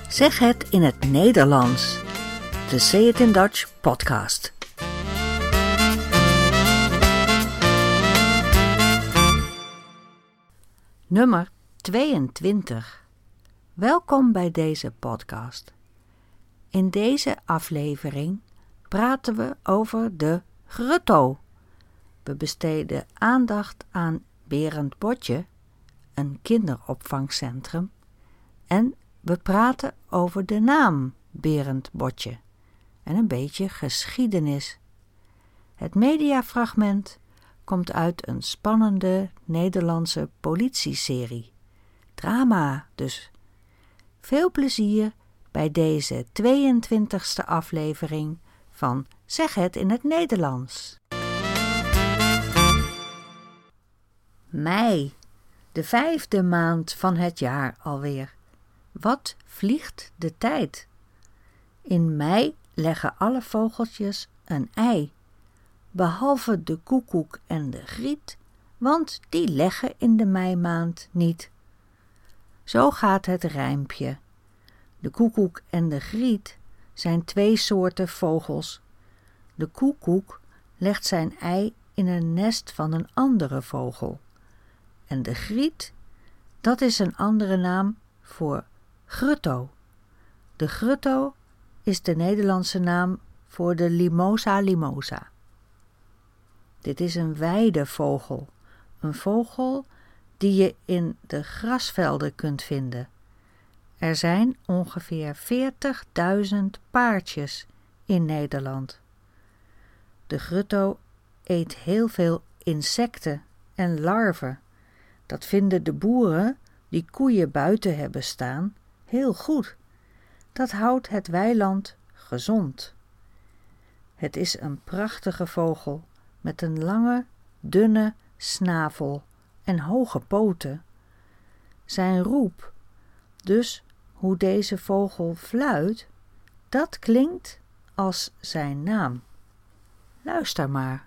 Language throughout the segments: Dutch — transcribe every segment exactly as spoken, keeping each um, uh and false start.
Zeg het in het Nederlands. De Say It in Dutch podcast. Nummer tweeëntwintig. Welkom bij deze podcast. In deze aflevering praten we over de grutto. We besteden aandacht aan Berend Botje, een kinderopvangcentrum, en we praten over de naam Berend Botje en een beetje geschiedenis. Het mediafragment komt uit een spannende Nederlandse politieserie. Drama dus. Veel plezier bij deze tweeëntwintigste aflevering van Zeg het in het Nederlands. Mei, de vijfde maand van het jaar alweer. Wat vliegt de tijd? In mei leggen alle vogeltjes een ei, behalve de koekoek en de griet, want die leggen in de meimaand niet. Zo gaat het rijmpje. De koekoek en de griet zijn twee soorten vogels. De koekoek legt zijn ei in een nest van een andere vogel. En de griet, dat is een andere naam voor grutto. De grutto is de Nederlandse naam voor de Limosa limosa. Dit is een weidevogel, een vogel die je in de grasvelden kunt vinden. Er zijn ongeveer veertigduizend paartjes in Nederland. De grutto eet heel veel insecten en larven. Dat vinden de boeren die koeien buiten hebben staan heel goed. Dat houdt het weiland gezond. Het is een prachtige vogel met een lange, dunne snavel en hoge poten. Zijn roep, dus hoe deze vogel fluit, dat klinkt als zijn naam. Luister maar.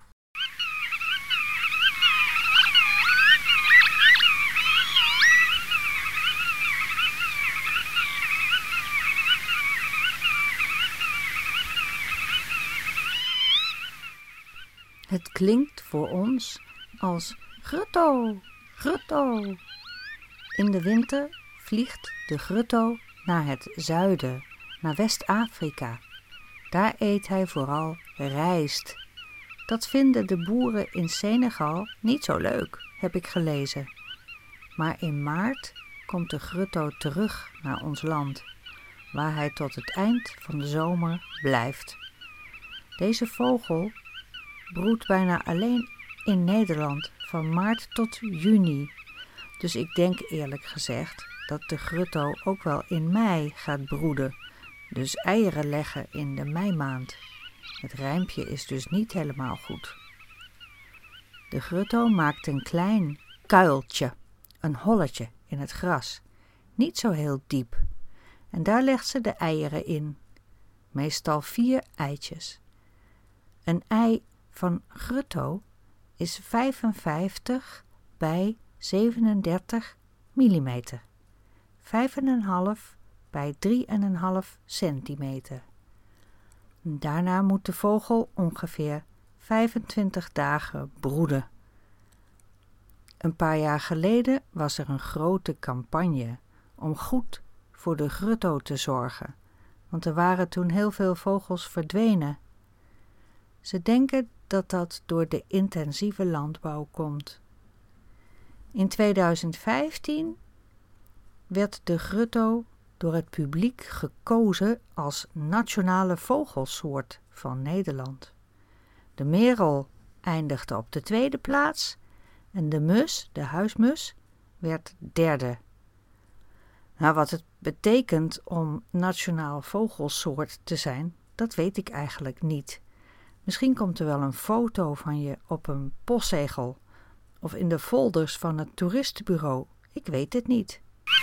Het klinkt voor ons als grutto, grutto. In de winter vliegt de grutto naar het zuiden, naar West-Afrika. Daar eet hij vooral rijst. Dat vinden de boeren in Senegal niet zo leuk, heb ik gelezen. Maar in maart komt de grutto terug naar ons land, waar hij tot het eind van de zomer blijft. Deze vogel broedt bijna alleen in Nederland van maart tot juni. Dus ik denk eerlijk gezegd dat de grutto ook wel in mei gaat broeden, dus eieren leggen in de meimaand. Het rijmpje is dus niet helemaal goed. De grutto maakt een klein kuiltje, een holletje in het gras, niet zo heel diep. En daar legt ze de eieren in, meestal vier eitjes. Een ei van grutto is vijfenvijftig bij zevenendertig millimeter, vijf komma vijf bij drie komma vijf centimeter. Daarna moet de vogel ongeveer vijfentwintig dagen broeden. Een paar jaar geleden was er een grote campagne om goed voor de grutto te zorgen, want er waren toen heel veel vogels verdwenen. Ze denken dat dat door de intensieve landbouw komt. In tweeduizend vijftien werd de grutto door het publiek gekozen als nationale vogelsoort van Nederland. De merel eindigde op de tweede plaats en de mus, de huismus, werd derde. Nou, wat het betekent om nationaal vogelsoort te zijn, dat weet ik eigenlijk niet. Misschien komt er wel een foto van je op een postzegel of in de folders van het toeristenbureau. Ik weet het niet.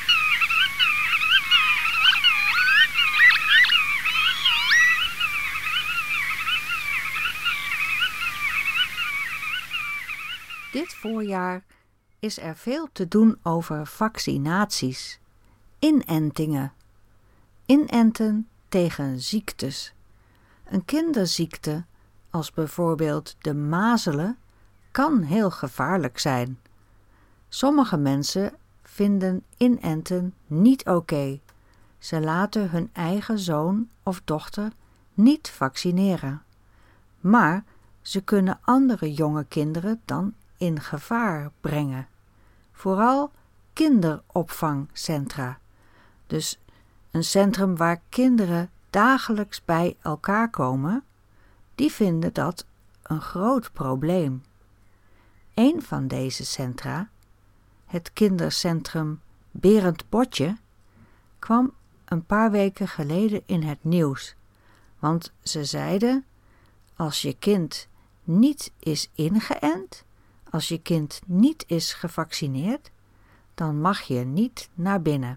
Dit voorjaar is er veel te doen over vaccinaties, inentingen. Inenten tegen ziektes. Een kinderziekte, als bijvoorbeeld de mazelen, kan heel gevaarlijk zijn. Sommige mensen vinden inenten niet oké. Ze laten hun eigen zoon of dochter niet vaccineren. Maar ze kunnen andere jonge kinderen dan in gevaar brengen. Vooral kinderopvangcentra. Dus een centrum waar kinderen dagelijks bij elkaar komen, die vinden dat een groot probleem. Een van deze centra, het kindercentrum Berend Botje, kwam een paar weken geleden in het nieuws. Want ze zeiden, als je kind niet is ingeënt, als je kind niet is gevaccineerd, dan mag je niet naar binnen.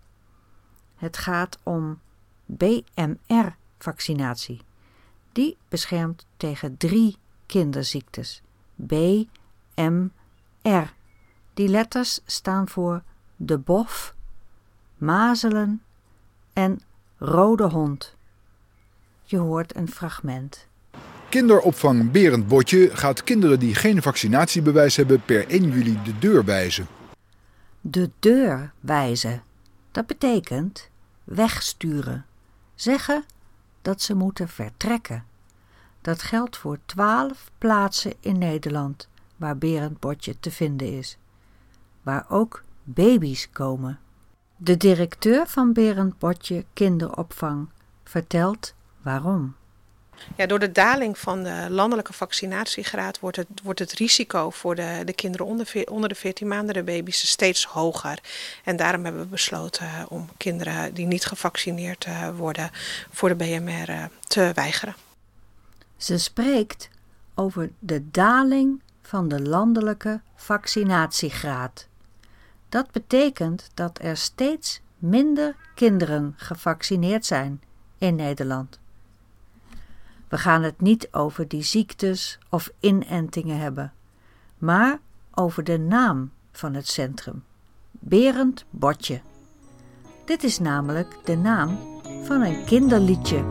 Het gaat om B M R-vaccinatie. Die beschermt tegen drie kinderziektes. B M R. Die letters staan voor de bof, mazelen en rode hond. Je hoort een fragment. Kinderopvang Berend Botje gaat kinderen die geen vaccinatiebewijs hebben per één juli de deur wijzen. De deur wijzen. Dat betekent wegsturen. Zeggen dat ze moeten vertrekken. Dat geldt voor twaalf plaatsen in Nederland waar Berend Botje te vinden is. Waar ook baby's komen. De directeur van Berend Botje Kinderopvang vertelt waarom. Ja, door de daling van de landelijke vaccinatiegraad wordt het, wordt het risico voor de, de kinderen onder, onder de veertien maanden, de baby's, steeds hoger. En daarom hebben we besloten om kinderen die niet gevaccineerd worden voor de B M R te weigeren. Ze spreekt over de daling van de landelijke vaccinatiegraad. Dat betekent dat er steeds minder kinderen gevaccineerd zijn in Nederland. We gaan het niet over die ziektes of inentingen hebben, maar over de naam van het centrum. Berend Botje. Dit is namelijk de naam van een kinderliedje.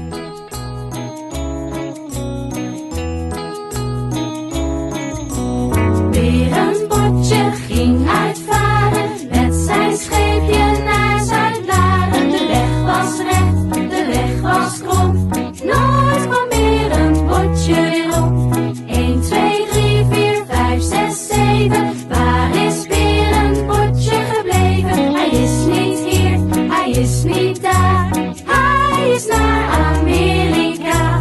Berend Botje ging uitvaren met zijn scheepje naar Zuid-Laren. De weg was recht, de weg was krom. Nooit kwam Berend Botje weer om. één, twee, drie, vier, vijf, zes, zeven. Waar is Berend Botje gebleven? Hij is niet hier, hij is niet daar. Hij is naar Amerika.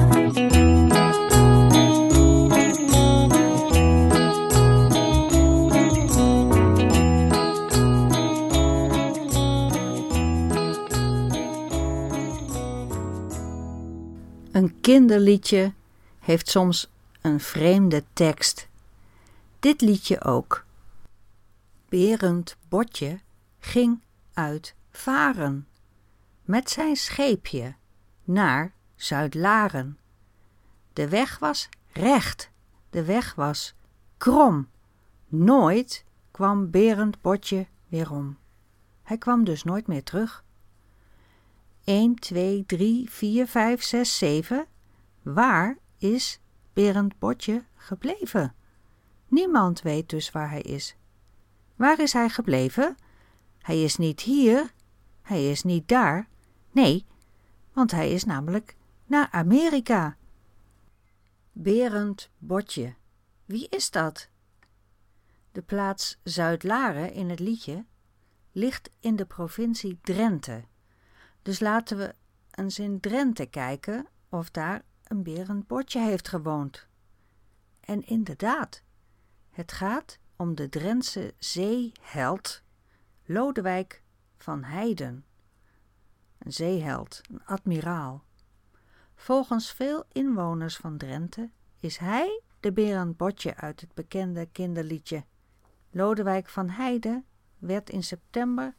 Een kinderliedje heeft soms een vreemde tekst. Dit liedje ook. Berend Botje ging uit varen met zijn scheepje naar Zuid-Laren. De weg was recht, de weg was krom. Nooit kwam Berend Botje weer om. Hij kwam dus nooit meer terug. één, twee, drie, vier, vijf, zes, zeven. Waar is Berend Botje gebleven? Niemand weet dus waar hij is. Waar is hij gebleven? Hij is niet hier, hij is niet daar. Nee, want hij is namelijk naar Amerika. Berend Botje. Wie is dat? De plaats Zuid-Laren in het liedje ligt in de provincie Drenthe. Dus laten we eens in Drenthe kijken of daar een Berend Botje heeft gewoond. En inderdaad, het gaat om de Drentse zeeheld Lodewijk van Heijden. Een zeeheld, een admiraal. Volgens veel inwoners van Drenthe is hij de Berend Botje uit het bekende kinderliedje. Lodewijk van Heijden werd in september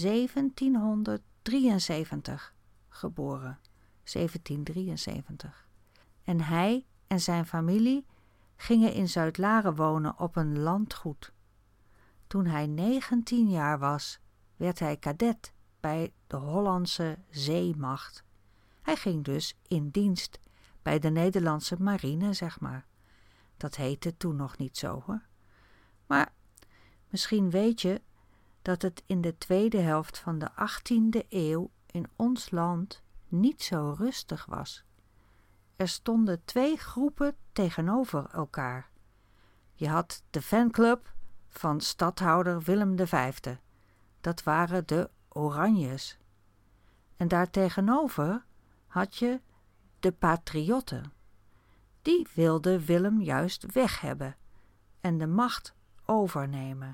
zeventienhonderddrieënzeventig geboren. zeventienhonderddrieënzeventig. En hij en zijn familie gingen in Zuid-Laren wonen op een landgoed. Toen hij negentien jaar was, werd hij kadet bij de Hollandse zeemacht. Hij ging dus in dienst bij de Nederlandse marine, zeg maar. Dat heette toen nog niet zo, hoor. Maar misschien weet je dat het in de tweede helft van de achttiende eeuw in ons land niet zo rustig was. Er stonden twee groepen tegenover elkaar. Je had de fanclub van stadhouder Willem de Vijfde. Dat waren de Oranjes. En daartegenover had je de patriotten. Die wilden Willem juist weg hebben en de macht overnemen.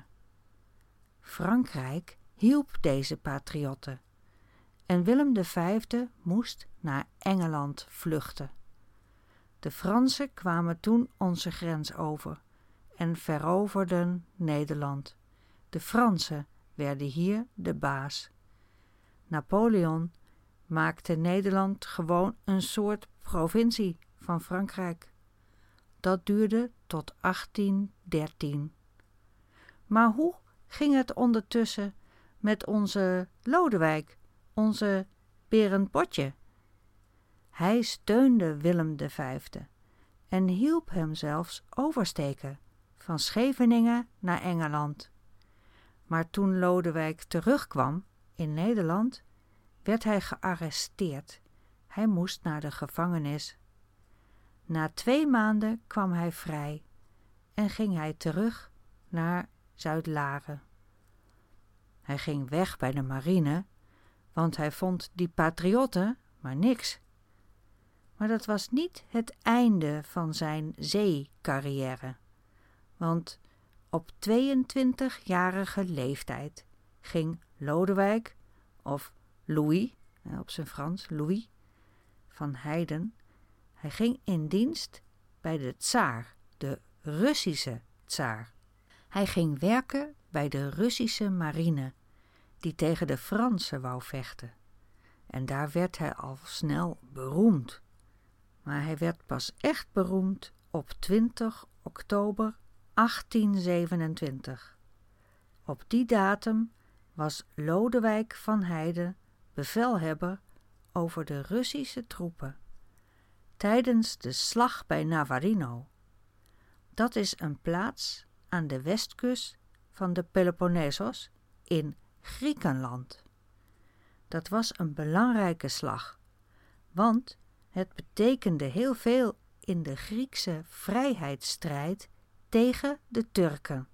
Frankrijk hielp deze patriotten en Willem de Vijfde moest naar Engeland vluchten. De Fransen kwamen toen onze grens over en veroverden Nederland. De Fransen werden hier de baas. Napoleon maakte Nederland gewoon een soort provincie van Frankrijk. Dat duurde tot achttien dertien. Maar hoe ging het ondertussen met onze Lodewijk, onze Berend Botje? Hij steunde Willem de Vijfde en hielp hem zelfs oversteken van Scheveningen naar Engeland. Maar toen Lodewijk terugkwam in Nederland, werd hij gearresteerd. Hij moest naar de gevangenis. Na twee maanden kwam hij vrij en ging hij terug naar Zuidlaren. Hij ging weg bij de marine, want hij vond die patriotten maar niks. Maar dat was niet het einde van zijn zeecarrière, want op tweeëntwintigjarige leeftijd ging Lodewijk, of Louis, op zijn Frans, Louis van Heiden, hij ging in dienst bij de tsaar, de Russische tsaar. Hij ging werken bij de Russische marine, die tegen de Fransen wou vechten. En daar werd hij al snel beroemd. Maar hij werd pas echt beroemd op twintig oktober achttien zevenentwintig. Op die datum was Lodewijk van Heiden bevelhebber over de Russische troepen tijdens de slag bij Navarino. Dat is een plaats aan de westkust van de Peloponnesos in Griekenland. Dat was een belangrijke slag, want het betekende heel veel in de Griekse vrijheidsstrijd tegen de Turken.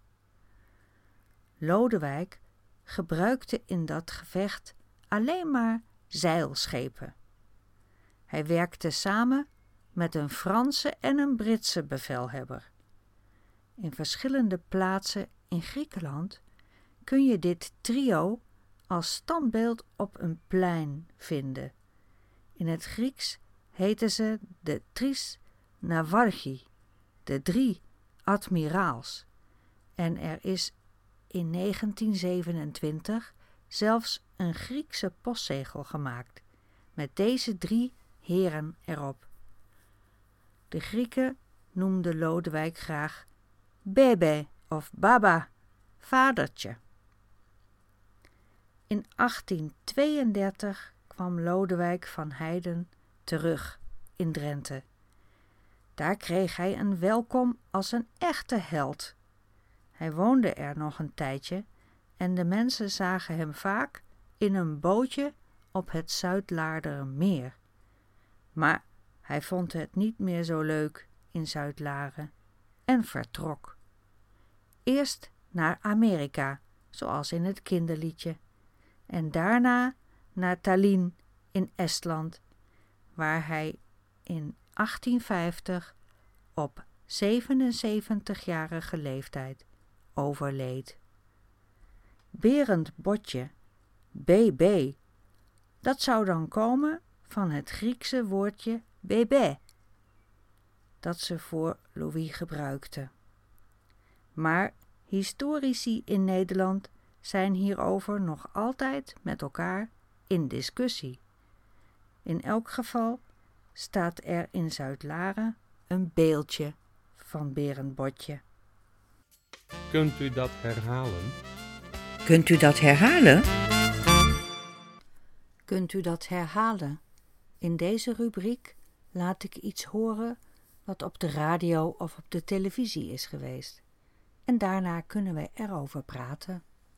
Lodewijk gebruikte in dat gevecht alleen maar zeilschepen. Hij werkte samen met een Franse en een Britse bevelhebber. In verschillende plaatsen in Griekenland kun je dit trio als standbeeld op een plein vinden. In het Grieks heten ze de Tris Navarchi, de drie admiraals. En er is in negentien zevenentwintig zelfs een Griekse postzegel gemaakt met deze drie heren erop. De Grieken noemden Lodewijk graag Bebe of Baba, vadertje. In achttien tweeëndertig kwam Lodewijk van Heiden terug in Drenthe. Daar kreeg hij een welkom als een echte held. Hij woonde er nog een tijdje en de mensen zagen hem vaak in een bootje op het Zuidlaardermeer. Maar hij vond het niet meer zo leuk in Zuidlaren en vertrok. Eerst naar Amerika, zoals in het kinderliedje, en daarna naar Tallinn in Estland, waar hij in achttien vijftig op zevenenzeventigjarige leeftijd overleed. Berend Botje, B B, dat zou dan komen van het Griekse woordje bébé, dat ze voor Louis gebruikte. Maar historici in Nederland zijn hierover nog altijd met elkaar in discussie. In elk geval staat er in Zuidlaren een beeldje van Berend Botje. Kunt u dat herhalen? Kunt u dat herhalen? Kunt u dat herhalen? In deze rubriek laat ik iets horen wat op de radio of op de televisie is geweest. En daarna kunnen we erover praten.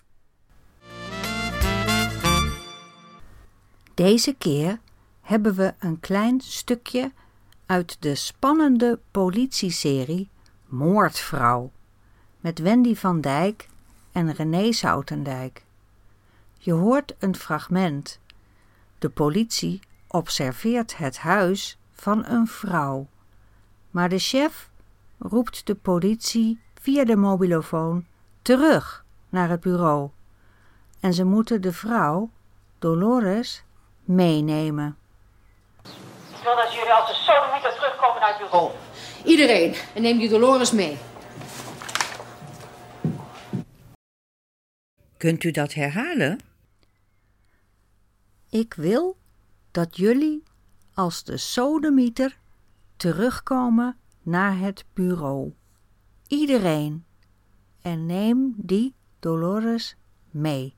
Deze keer hebben we een klein stukje uit de spannende politieserie Moordvrouw met Wendy van Dijk en René Soutendijk. Je hoort een fragment. De politie observeert het huis van een vrouw. Maar de chef roept de politie via de mobilofoon terug naar het bureau. En ze moeten de vrouw, Dolores, meenemen. Ik wil dat jullie als de sodomieter terugkomen naar het bureau. Iedereen. En neem die Dolores mee. Kunt u dat herhalen? Ik wil dat jullie als de sodemieter terugkomen naar het bureau. Iedereen. En neem die Dolores mee.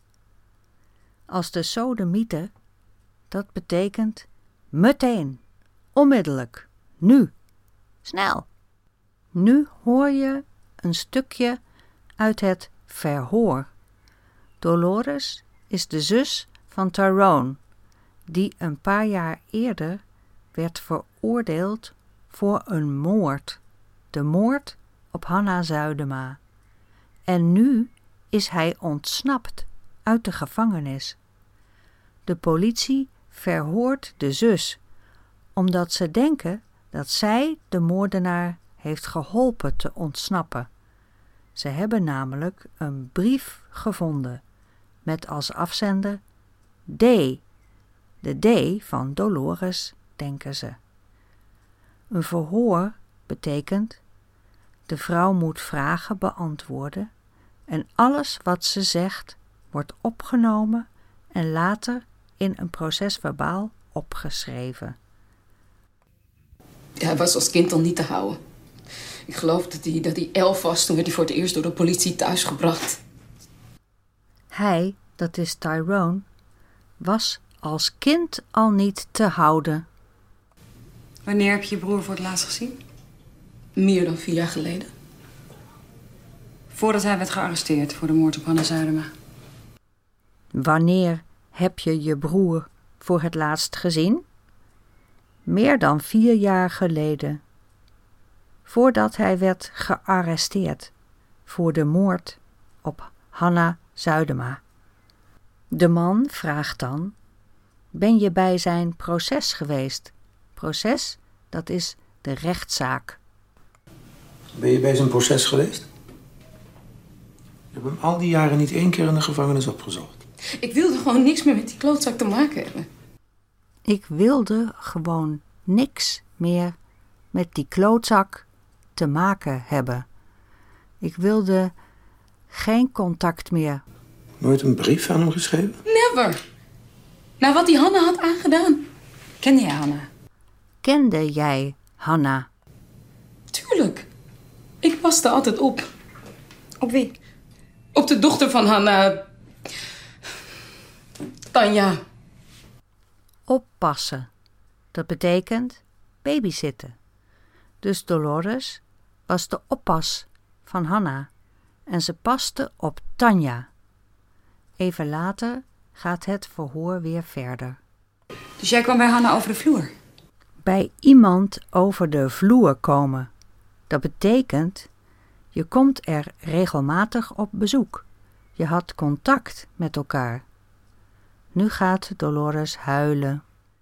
Als de sodemieter, dat betekent meteen, onmiddellijk, nu, snel. Nu hoor je een stukje uit het verhoor. Dolores is de zus van Tyrone, die een paar jaar eerder werd veroordeeld voor een moord. De moord op Hanna Zuidema. En nu is hij ontsnapt uit de gevangenis. De politie verhoort de zus, omdat ze denken dat zij de moordenaar heeft geholpen te ontsnappen. Ze hebben namelijk een brief gevonden, met als afzender D. De D van Dolores, denken ze. Een verhoor betekent, de vrouw moet vragen beantwoorden en alles wat ze zegt wordt opgenomen en later in een procesverbaal opgeschreven. Ja, hij was als kind al niet te houden. Ik geloof dat hij, dat hij elf was, toen werd hij voor het eerst door de politie thuisgebracht. Hij, dat is Tyrone, was als kind al niet te houden. Wanneer heb je je broer voor het laatst gezien? Meer dan vier jaar geleden. Voordat hij werd gearresteerd voor de moord op Hanna Zuidema. Wanneer heb je je broer voor het laatst gezien? Meer dan vier jaar geleden. Voordat hij werd gearresteerd voor de moord op Hanna Zuidema. De man vraagt dan, ben je bij zijn proces geweest? Proces, dat is de rechtszaak. Ben je bij zijn proces geweest? Ik heb hem al die jaren niet één keer in de gevangenis opgezocht. Ik wilde gewoon niks meer met die klootzak te maken hebben. Ik wilde gewoon niks meer met die klootzak te maken hebben. Ik wilde geen contact meer. Nooit een brief aan hem geschreven? Never. Nou, wat die Hanna had aangedaan. Kende jij Hanna? Kende jij Hanna? Tuurlijk. Ik paste altijd op. Op wie? Op de dochter van Hanna. Tanja. Oppassen. Dat betekent babysitten. Dus Dolores was de oppas van Hanna en ze paste op Tanja. Even later gaat het verhoor weer verder. Dus jij kwam bij Hanna over de vloer? Bij iemand over de vloer komen. Dat betekent, je komt er regelmatig op bezoek. Je had contact met elkaar. Nu gaat Dolores huilen.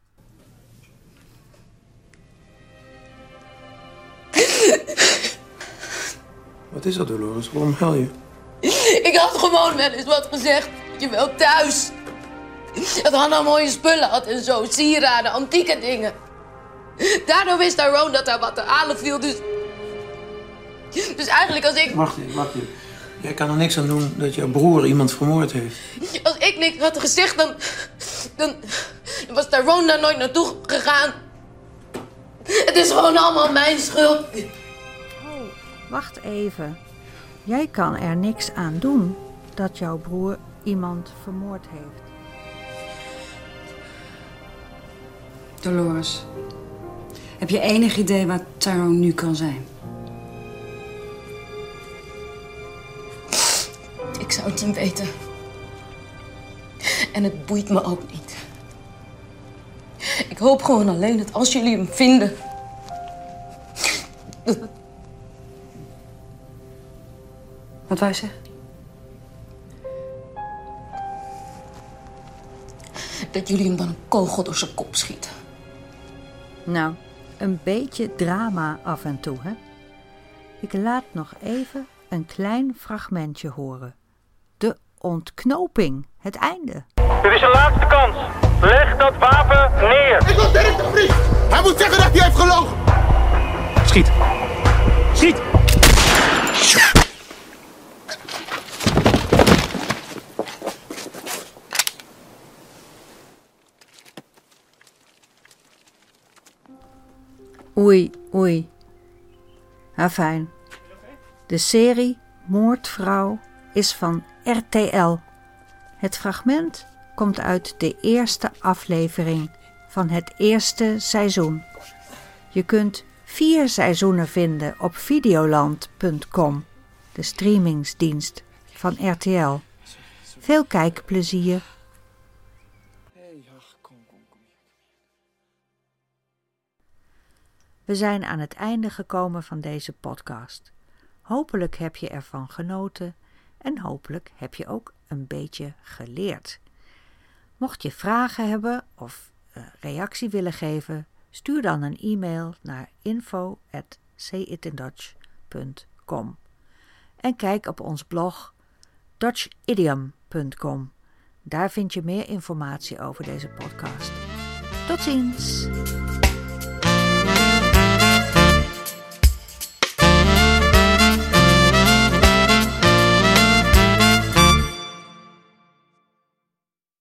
Wat is er, Dolores? Waarom huil je? Ik had gewoon wel eens wat gezegd. Je wel thuis. Dat Hanna mooie spullen had en zo. Sieraden, antieke dingen. Daardoor wist Tyrone dat daar wat te halen viel. Dus... Dus eigenlijk als ik... Wacht even, wacht even. Jij kan er niks aan doen dat jouw broer iemand vermoord heeft. Als ik niks had gezegd, dan... Dan, dan was Tyrone daar nooit naartoe gegaan. Het is gewoon allemaal mijn schuld. Oh, wacht even. Jij kan er niks aan doen dat jouw broer iemand vermoord heeft. Dolores, heb je enig idee waar Tyrone nu kan zijn? Ik zou het niet weten. En het boeit me ook niet. Ik hoop gewoon alleen dat als jullie hem vinden... Wat wou je zeggen? Dat jullie hem dan een kogel door zijn kop schieten. Nou, een beetje drama af en toe, hè? Ik laat nog even een klein fragmentje horen. De ontknoping, het einde. Dit is een laatste kans. Leg dat wapen neer. Ik wil Dirk de Vries. Hij moet zeggen dat hij heeft gelogen. Schiet. Schiet. Oei, oei. Afijn. De serie Moordvrouw is van R T L. Het fragment komt uit de eerste aflevering van het eerste seizoen. Je kunt vier seizoenen vinden op videoland punt com, de streamingsdienst van R T L. Veel kijkplezier. We zijn aan het einde gekomen van deze podcast. Hopelijk heb je ervan genoten en hopelijk heb je ook een beetje geleerd. Mocht je vragen hebben of uh, reactie willen geven, stuur dan een e-mail naar info at sayitindutch punt com en kijk op ons blog dutch idiom punt com. Daar vind je meer informatie over deze podcast. Tot ziens!